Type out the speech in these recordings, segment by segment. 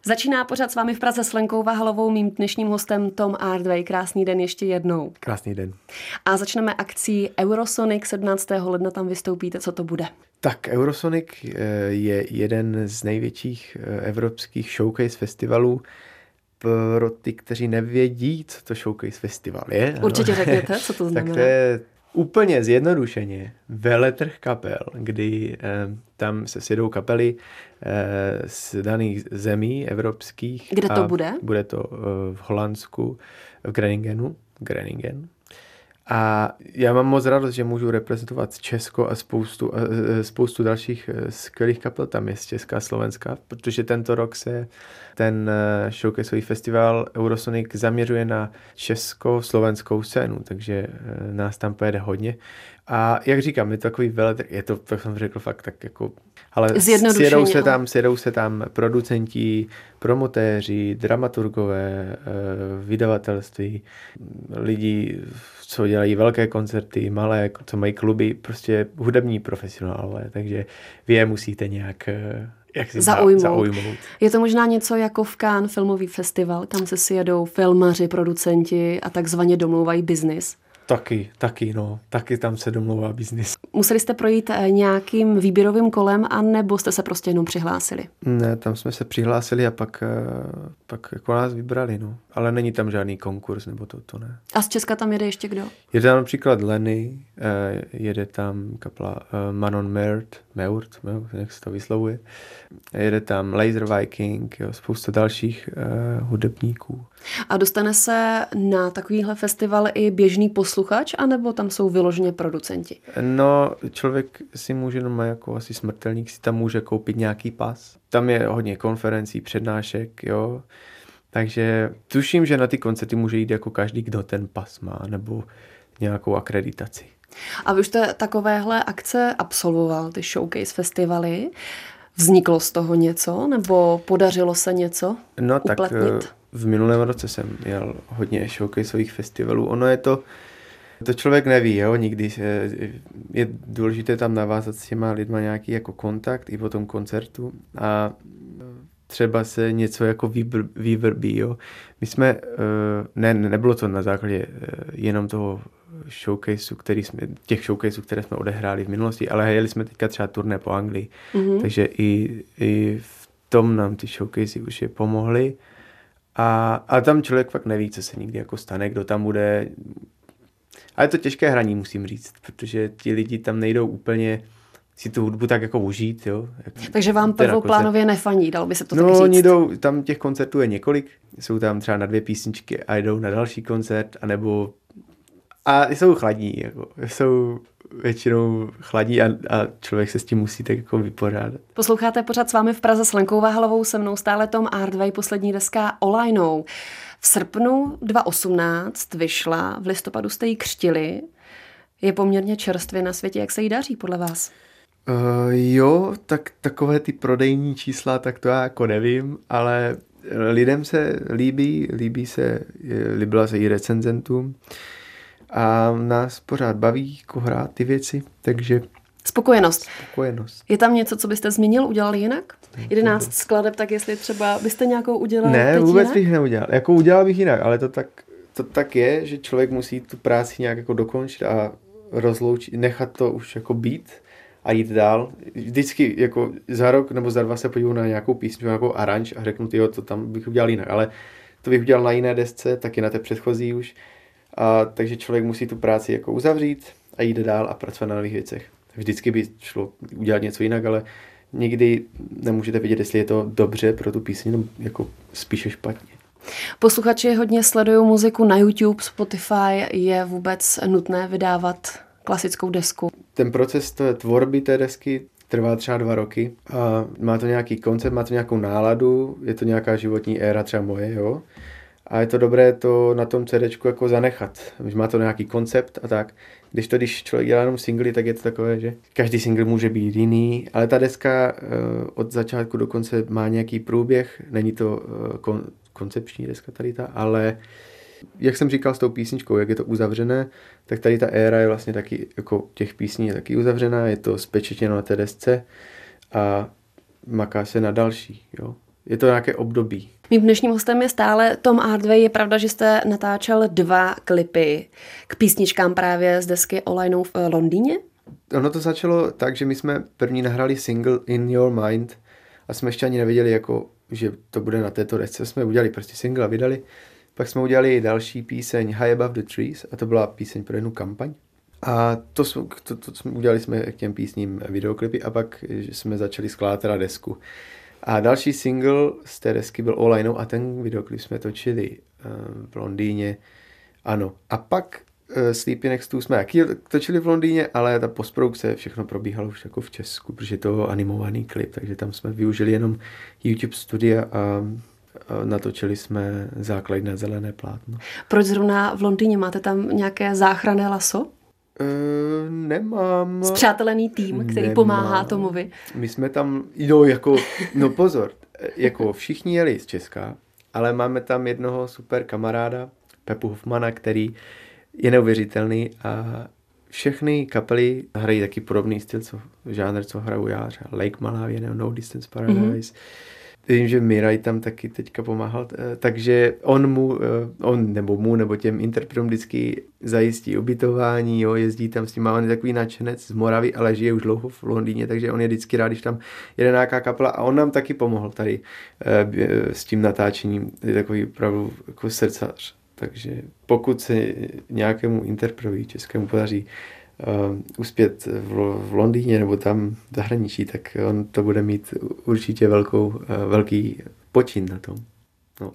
Začíná pořad s vámi v Praze s Lenkou Vahalovou, mým dnešním hostem Tom Ardway. Krásný den ještě jednou. Krásný den. A začneme akcí Eurosonic, 17. ledna tam vystoupíte. Co to bude? Tak Eurosonic je jeden z největších evropských showcase festivalů. Pro ty, kteří nevědí, co to showcase festival je. Určitě řekněte, co to znamená. Tak to je úplně zjednodušeně veletrh kapel, kdy tam se sjedou kapely z daných zemí evropských. Kde to bude? Bude to v Holandsku, v Groningen. A já mám moc radost, že můžu reprezentovat Česko a spoustu dalších skvělých kapel tam je z Česka a Slovenska, protože tento rok se ten showcaseový festival Eurosonic zaměřuje na česko-slovenskou scénu, takže nás tam pojede hodně. A jak říkám, je to takový veletrh, je to, tak jsem řekl fakt tak jako, ale sjedou se tam producenti, promotéři, dramaturgové, vydavatelství, lidi, co dělají velké koncerty, malé, co mají kluby, prostě hudební profesionálové, takže vy je musíte nějak zaujmout. Je to možná něco jako v Cannes filmový festival, kam se sjedou filmaři, producenti a takzvaně domlouvají biznis. Taky tam se domlouvá biznis. Museli jste projít nějakým výběrovým kolem, anebo jste se prostě jenom přihlásili? Ne, tam jsme se přihlásili a pak jako nás vybrali, no. Ale není tam žádný konkurs, nebo to ne. A z Česka tam jede ještě kdo? Jede tam například Lenny, jede tam kapela Manon Meurt, jak se to vyslovuje. Jede tam Laser Viking, jo, spousta dalších hudebníků. A dostane se na takovýhle festival i běžný posluchač, anebo tam jsou vyloženě producenti? No, člověk si může jako asi smrtelník si tam může koupit nějaký pas. Tam je hodně konferencí, přednášek, jo. Takže tuším, že na ty koncerty může jít jako každý, kdo ten pas má, nebo nějakou akreditaci. A vy už jste takovéhle akce absolvoval, ty showcase festivaly. Vzniklo z toho něco, nebo podařilo se něco uplatnit? Tak v minulém roce jsem jel hodně showcaseových festivalů. Ono je to člověk neví, jo, nikdy je důležité tam navázat s těma lidma nějaký jako kontakt i po tom koncertu a třeba se něco jako vyvrbí, jo. My jsme, nebylo to na základě jenom toho těch showcaseů, které jsme odehráli v minulosti, ale jeli jsme teďka třeba turné po Anglii, takže i v tom nám ty showcasey už je pomohly a tam člověk fakt neví, co se nikdy jako stane, kdo tam bude. A je to těžké hraní, musím říct, protože ti lidi tam nejdou úplně si tu hudbu tak jako užít, jo. Takže vám prvoplánově nefandí, dalo by se to tak říct? Oni jdou, tam těch koncertů je několik, jsou tam třeba na 2 písničky a jdou na další koncert, a jsou chladní, jako, jsou většinou chladí a člověk se s tím musí tak jako vypořádat. Posloucháte pořád s vámi v Praze s Lenkou Vahalovou, se mnou stále Tom Ardway, poslední deska Olajnou. V srpnu 2018 vyšla, v listopadu jste ji křtili. Je poměrně čerstvě na světě, jak se jí daří podle vás? Jo, tak takové ty prodejní čísla, tak to já jako nevím, ale lidem se líbila se i recenzentům a nás pořád baví jako hrát ty věci, takže Spokojenost. Je tam něco, co byste změnil, udělal jinak? 11 skladeb, tak jestli třeba byste nějakou udělal Ne, vůbec jinak? bych neudělal. Jako udělal bych jinak, ale to tak je, že člověk musí tu práci nějak jako dokončit a rozloučit, nechat to už jako být a jít dál. Vždycky jako za rok nebo za 2 se podívám na nějakou písničku, nějakou aranž a řeknu, tyjo, to tam bych udělal jinak, ale to bych udělal na jiné desce, taky na té předchozí už. Takže člověk musí tu práci jako uzavřít a jít dál a pracovat na nových věcech. Vždycky by šlo udělat něco jinak, ale nikdy nemůžete vědět, jestli je to dobře pro tu píseň, nebo jako spíše špatně. Posluchači hodně sledují muziku na YouTube, Spotify. Je vůbec nutné vydávat klasickou desku? Ten proces tvorby té desky trvá třeba 2 roky a má to nějaký koncept, má to nějakou náladu, je to nějaká životní éra třeba moje, jo. A je to dobré to na tom CDčku jako zanechat. Má to nějaký koncept a tak. Když člověk dělá jenom singly, tak je to takové, že každý single může být jiný, ale ta deska od začátku do konce má nějaký průběh, není to koncepční deska tady ta, ale jak jsem říkal s tou písničkou, jak je to uzavřené, tak tady ta éra je vlastně taky, jako těch písní je taky uzavřená, je to spečetěno na té desce a maká se na další, jo. je to nějaké období. Mým dnešním hostem je stále Tom Hardway. Je pravda, že jste natáčel 2 klipy k písničkám právě z desky All I Know v Londýně? Ono to začalo tak, že my jsme první nahrali single In Your Mind a jsme ještě ani nevěděli, jako, že to bude na této desce. Jsme udělali prostě single a vydali. Pak jsme udělali další píseň High Above the Trees a to byla píseň pro jednu kampaň. A to jsme udělali jsme k těm písním videoklipy a pak jsme začali skládat teda desku. A další single z té desky byl All I Know a ten videoklip jsme točili v Londýně. Ano. A pak Sleepy Next To jsme taky točili v Londýně, ale ta postprodukce všechno probíhalo už jako v Česku, protože to je animovaný klip, takže tam jsme využili jenom YouTube studia a natočili jsme základné zelené plátno. Proč zrovna v Londýně? Máte tam nějaké záchranné laso? Nemám. Spřátelený tým, který pomáhá Tomovi. My jsme tam, no pozor, jako všichni jeli z Česka, ale máme tam jednoho super kamaráda, Pepu Hoffmana, který je neuvěřitelný a všechny kapely hrají taky podobný styl, žánr, co hraju já, třeba Lake Malawi, No Distance Paradise. Vím, že Miraj tam taky teďka pomáhal, takže on nebo těm interpretům vždycky zajistí ubytování, jo, jezdí tam s ním, on je takový nadšenec z Moravy, ale žije už dlouho v Londýně, takže on je vždycky rád, když tam jede nějaká kapela a on nám taky pomohl tady s tím natáčením, je takový opravdu jako srdcař. Takže pokud se nějakému interpretovi českému podaří uspět v Londýně nebo tam v zahraničí, tak on to bude mít určitě velký počin na tom. No.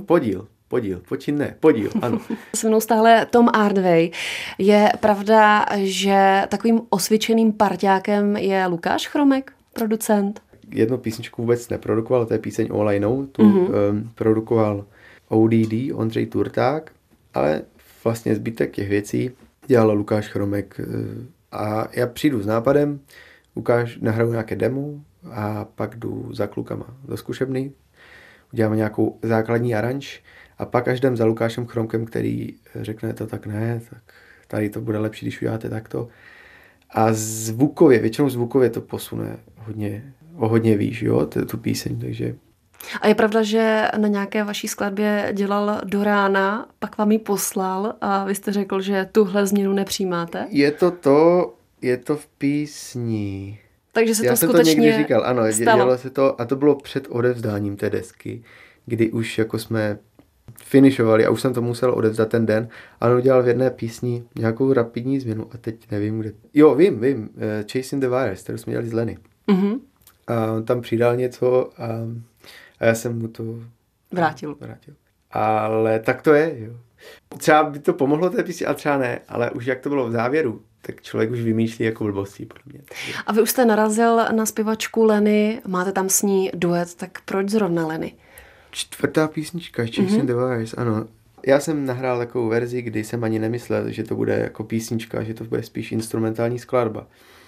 Podíl, ano. Se mnou stále Tom Hardway. Je pravda, že takovým osvědčeným parťákem je Lukáš Chromek, producent? Jednu písničku vůbec neprodukoval, to je píseň All I Know, tu produkoval ODD, Ondřej Turták, ale vlastně zbytek těch věcí dělal Lukáš Chromek a já přijdu s nápadem, nahraju nějaké demo a pak jdu za klukama do zkušebny, uděláme nějakou základní aranž a pak až jdem za Lukášem Chromkem, který řekne to tak ne, tak tady to bude lepší, když uděláte takto. A většinou zvukově to posune hodně výš, jo, tu píseň, takže... A je pravda, že na nějaké vaší skladbě dělal do rána, pak vám ji poslal a vy jste řekl, že tuhle změnu nepřijímáte? Je to v písni. Takže se Já to jsem skutečně to někdy říkal, ano, dělalo se to a to bylo před odevzdáním té desky, kdy už jako jsme finišovali a už jsem to musel odevzdat ten den a on udělal v jedné písni nějakou rapidní změnu a teď nevím, kde. Jo, vím, Chasing the Virus, kterou jsme dělali z Leny. Mm-hmm. A on tam přidal něco a já jsem mu to vrátil. Ale tak to je, jo. Třeba by to pomohlo té písni a třeba ne, ale už jak to bylo v závěru, tak člověk už vymýšlí jako blbostí, podle mě. A vy už jste narazil na zpěvačku Leny, máte tam s ní duet, tak proč zrovna Leny? 4. písnička, Chasing the Virus, ano. Já jsem nahrál takovou verzi, kdy jsem ani nemyslel, že to bude jako písnička, že to bude spíš instrumentální skladba.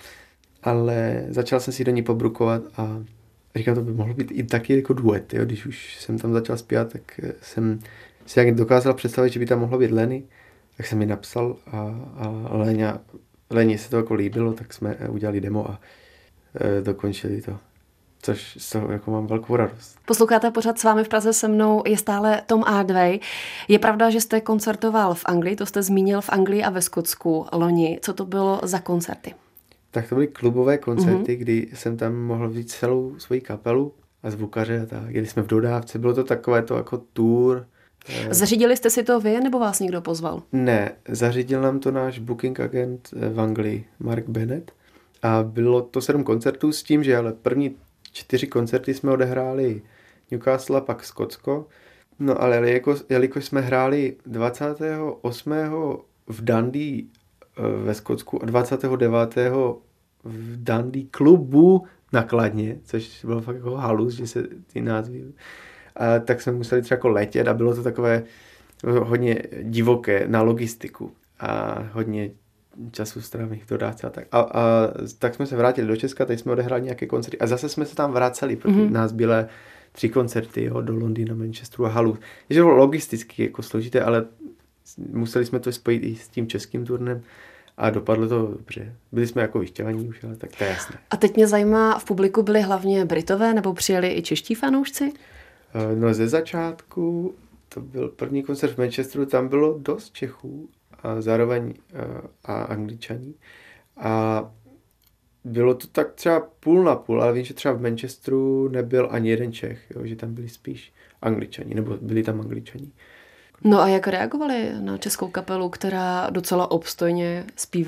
Ale začal jsem si do ní pobrukovat a říkám, to by mohlo být i taky jako duet, jo? Když už jsem tam začal zpívat, tak jsem si jak dokázal představit, že by tam mohlo být Leny, tak jsem mi napsal a Leně se to jako líbilo, tak jsme udělali demo a dokončili to. Což z toho jako mám velkou radost. Posloucháte pořád s vámi v Praze se mnou, je stále Tom Hardway. Je pravda, že jste koncertoval v Anglii, to jste zmínil v Anglii a ve Skotsku loni. Co to bylo za koncerty? Tak to byly klubové koncerty, kdy jsem tam mohl vzít celou svoji kapelu a zvukaře a tak. Jeli jsme v dodávce, bylo to takové to jako tour. Zařídili jste si to vy, nebo vás někdo pozval? Ne, zařídil nám to náš booking agent v Anglii, Mark Bennett. A bylo to 7 koncertů s tím, že ale první 4 koncerty jsme odehráli Newcastle a pak Skotsko. No ale jelikož jsme hráli 28. v Dundee ve Skotsku a 29. v Dundee klubu na Kladně, což bylo fakt jako halus, že se ty názvy... A tak jsme museli třeba jako letět a bylo to takové hodně divoké na logistiku a hodně času strávených v dodávce a tak. A tak jsme se vrátili do Česka, teď jsme odehráli nějaké koncerty a zase jsme se tam vraceli, protože nás byly 3 koncerty, jo, do Londýna, Manchesteru a halu. Je to bylo logisticky jako složité, ale museli jsme to spojit i s tím českým turnem a dopadlo to dobře. Byli jsme jako vyšťavaní už, ale tak to je jasné. A teď mě zajímá, v publiku byli hlavně Britové nebo přijeli i čeští fanoušci? No ze začátku to byl první koncert v Manchesteru, tam bylo dost Čechů a zároveň a Angličaní. A bylo to tak třeba půl na půl, ale vím, že třeba v Manchesteru nebyl ani jeden Čech, jo, že tam byli spíš Angličani, nebo byli tam Angličani. No a jak reagovali na českou kapelu, která docela obstojně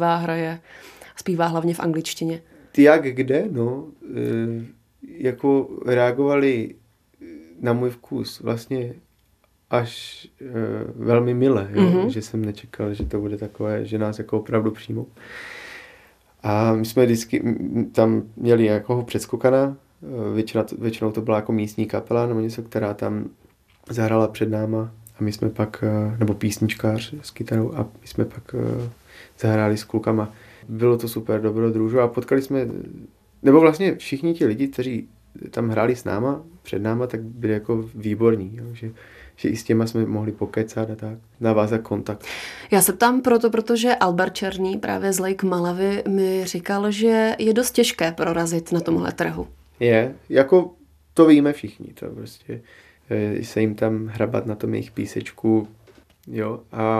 zpívá hlavně v angličtině? Ty jak kde, no, jako reagovali na můj vkus vlastně až velmi milé, jo? Že jsem nečekal, že to bude takové, že nás jako opravdu přijmou. A my jsme vždycky tam měli jako předskokana, většinou to byla jako místní kapela nebo něco, která tam zahrála před náma a my jsme pak, nebo písničkář s kytarou a my jsme pak zahráli s klukama. Bylo to super dobrodružo a potkali jsme, nebo vlastně všichni ti lidi, kteří tam hráli s náma, před náma, tak byli jako výborní, jo? Že i s těma jsme mohli pokecat a tak, navázat kontakt. Já se ptám protože Albert Černý právě z Lake Malavy mi říkal, že je dost těžké prorazit na tomhle trhu. Je, jako to víme všichni, to prostě se jim tam hrabat na tom jejich písečku, jo,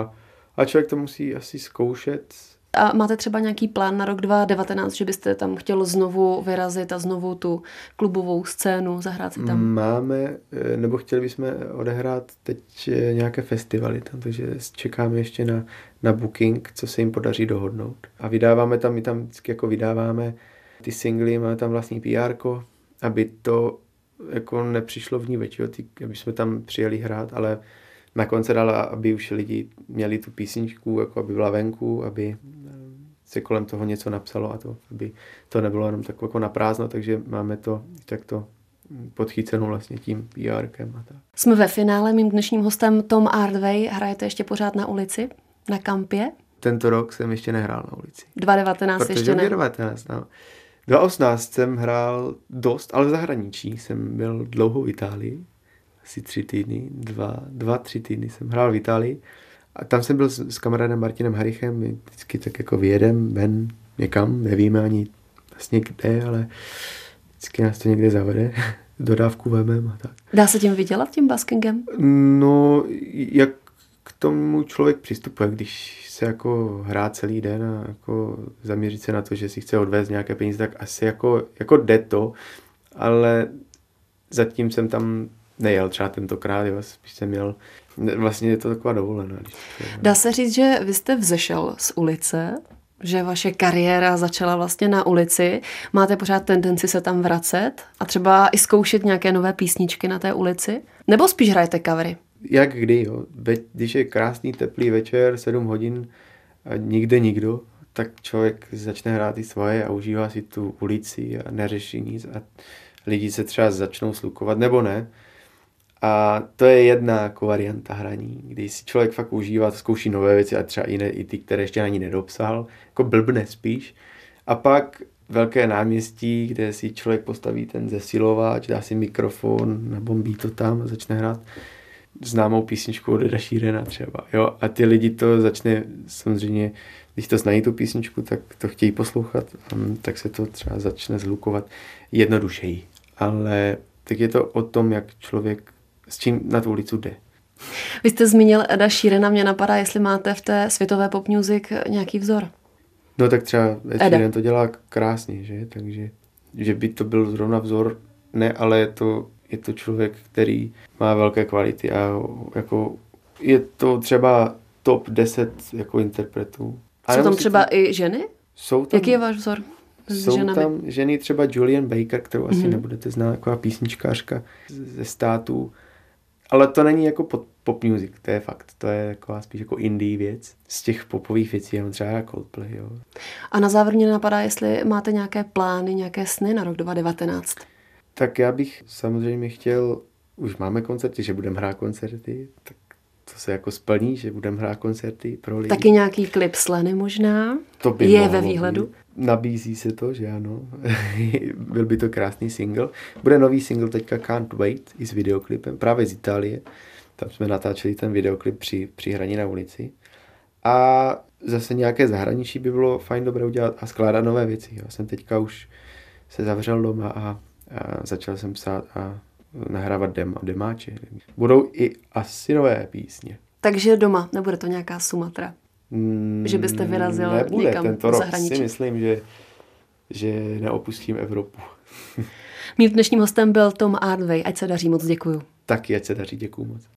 a člověk to musí asi zkoušet. A máte třeba nějaký plán na rok 2019, že byste tam chtěl znovu vyrazit a znovu tu klubovou scénu zahrát si tam? Máme, nebo chtěli bychom odehrát teď nějaké festivaly tam, takže čekáme ještě na booking, co se jim podaří dohodnout. A vydáváme tam, my tam vždycky jako vydáváme ty singly, máme tam vlastní PR-ko, aby to jako nepřišlo vníveč, aby jsme tam přijeli hrát, ale na koncert, aby už lidi měli tu písničku, jako aby byla venku, aby se kolem toho něco napsalo a to, aby to nebylo jenom tak jako na prázdno, takže máme to takto podchycenou vlastně tím PR-kem a tak. Jsme ve finále, mým dnešním hostem Tom Ardway. Hrajete ještě pořád na ulici? Na kampě? Tento rok jsem ještě nehrál na ulici. 2019 ještě ne? 2019, no. 2018 jsem hrál dost, ale v zahraničí. Jsem byl dlouho v Itálii, asi 3 týdny, 2-3 týdny jsem hrál v Itálii. A tam jsem byl s kamarádem Martinem Harichem, my vždycky tak jako vyjedem ven někam, nevíme ani vlastně kde, ale vždycky nás to někde zavede, dodávku vemem a tak. Dá se tím vydělat, tím buskingem? No, jak k tomu člověk přistupuje, když se jako hrá celý den a jako zaměřit se na to, že si chce odvést nějaké peníze, tak asi jako jde to, ale zatím jsem tam nejel třeba tentokrát, jo, spíš jsem měl, vlastně je to taková dovolená. Dá se říct, že vy jste vzešel z ulice, že vaše kariéra začala vlastně na ulici, máte pořád tendenci se tam vracet a třeba i zkoušet nějaké nové písničky na té ulici? Nebo spíš hrajete covery? Jak kdy, jo. Když je krásný teplý večer, 7 hodin a nikde nikdo, tak člověk začne hrát i svoje a užívá si tu ulici a neřeší nic a lidi se třeba začnou slukovat, nebo ne. A to je jedna jako varianta hraní, kdy si člověk fakt užívá, zkouší nové věci a třeba i ty, které ještě ani nedopsal, jako blbne spíš. A pak velké náměstí, kde si člověk postaví ten zesilovač, dá si mikrofon, nabombí to tam a začne hrát známou písničku od Eda Sheerana třeba. Jo? A ty lidi to začne, samozřejmě, když to znají tu písničku, tak to chtějí poslouchat, tak se to třeba začne zhlukovat jednodušeji. Ale tak je to o tom, jak člověk s čím na tu ulicu jde. Vy jste zmínil Eda Sheerana, mě napadá, jestli máte v té světové pop music nějaký vzor. No tak třeba Ed Sheeran to dělá krásně, že? Takže, že by to byl zrovna vzor, ne, ale je to člověk, který má velké kvality a jako je to třeba top 10 jako interpretů. Jsou tam třeba i ženy? Jsou tam. Jaký je váš vzor? Jsou tam ženy, třeba Julian Baker, kterou asi nebudete znát, taková písničkářka ze států. Ale to není jako pop music, to je fakt. To je taková spíš jako indie věc. Z těch popových věcí, jenom třeba Coldplay, jo. A na závěr mě napadá, jestli máte nějaké plány, nějaké sny na rok 2019. Tak já bych samozřejmě chtěl, už máme koncerty, že budeme hrát koncerty, tak to se jako splní, že budeme hrát koncerty pro lidi. Taky nějaký klip s Lenny možná? To by je ve výhledu? Nabízí se to, že ano. Byl by to krásný single. Bude nový single teďka Can't Wait i s videoklipem, právě z Itálie. Tam jsme natáčeli ten videoklip při hraní na ulici. A zase nějaké zahraničí by bylo fajn dobré udělat a skládat nové věci. Já jsem teďka už se zavřel doma a začal jsem psát a nahrávat demáče. Budou i asi nové písně. Takže doma, nebude to nějaká Sumatra? Že byste vyrazil nebude, někam tento do rok zahraničí? si myslím, že neopustím Evropu. Mým dnešním hostem byl Tom Ardway. Ať se daří, moc děkuju. Taky, ať se daří, děkuju moc.